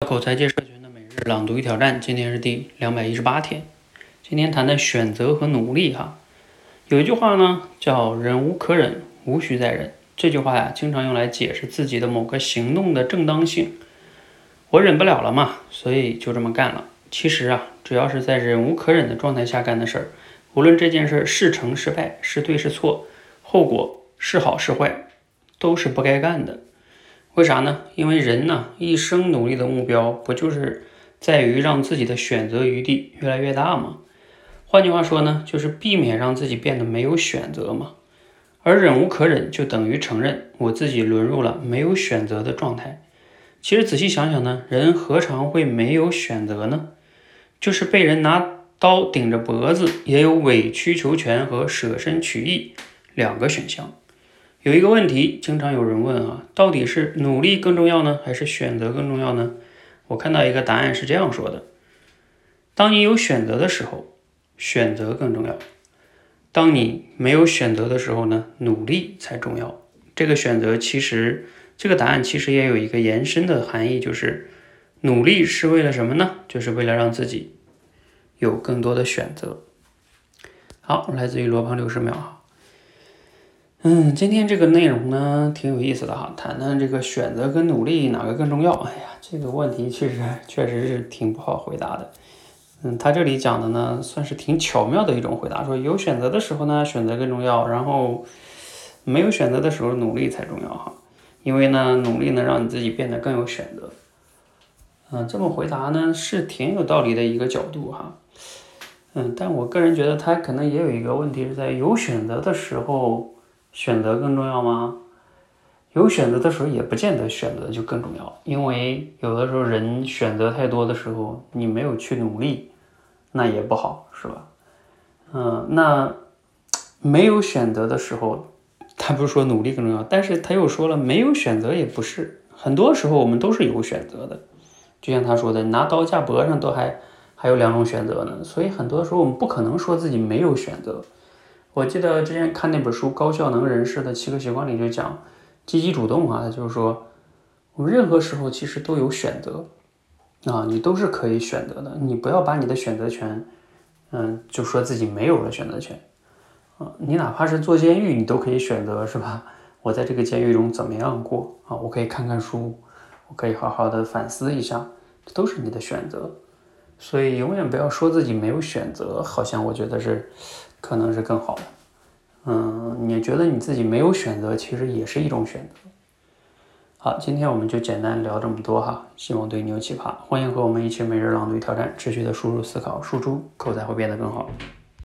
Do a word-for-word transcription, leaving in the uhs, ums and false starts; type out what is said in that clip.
口才界社群的每日朗读与挑战，今天是第两百一十八天。今天谈的选择和努力哈，有一句话呢叫忍无可忍，无需再忍。这句话呀，经常用来解释自己的某个行动的正当性。我忍不了了嘛，所以就这么干了。其实啊，只要是在忍无可忍的状态下干的事儿，无论这件事是成是败，是对是错，后果是好是坏，都是不该干的。为啥呢？因为人呢，一生努力的目标不就是在于让自己的选择余地越来越大吗？换句话说呢，就是避免让自己变得没有选择嘛。而忍无可忍就等于承认我自己沦入了没有选择的状态。其实仔细想想呢，人何尝会没有选择呢？就是被人拿刀顶着脖子，也有委曲求全和舍身取义两个选项。有一个问题经常有人问啊，到底是努力更重要呢，还是选择更重要呢？我看到一个答案是这样说的：当你有选择的时候，选择更重要；当你没有选择的时候呢，努力才重要。这个选择其实，这个答案其实也有一个延伸的含义，就是努力是为了什么呢？就是为了让自己有更多的选择。好，来自于罗胖六十秒哈。嗯，今天这个内容呢挺有意思的哈，谈谈这个选择跟努力哪个更重要。哎呀，这个问题其实确实是挺不好回答的。嗯，他这里讲的呢算是挺巧妙的一种回答，说有选择的时候呢选择更重要，然后没有选择的时候努力才重要哈。因为呢努力能让你自己变得更有选择。嗯，这么回答呢是挺有道理的一个角度哈。嗯，但我个人觉得他可能也有一个问题是在有选择的时候选择更重要吗？有选择的时候也不见得选择就更重要，因为有的时候人选择太多的时候，你没有去努力，那也不好，是吧？嗯，那没有选择的时候，他不是说努力更重要，但是他又说了没有选择也不是，很多时候我们都是有选择的，就像他说的，拿刀架脖上都还还有两种选择呢，所以很多时候我们不可能说自己没有选择。我记得之前看那本书《高效能人士的七个习惯》里就讲积极主动啊，他就是说我们任何时候其实都有选择啊，你都是可以选择的，你不要把你的选择权嗯，就说自己没有了选择权啊，你哪怕是坐监狱你都可以选择，是吧？我在这个监狱中怎么样过啊？我可以看看书，我可以好好的反思一下，这都是你的选择。所以永远不要说自己没有选择，好像我觉得是可能是更好的。嗯，你觉得你自己没有选择，其实也是一种选择。好，今天我们就简单聊这么多哈，希望对你有启发。欢迎和我们一起每日朗读挑战，持续的输入思考，输出口才会变得更好。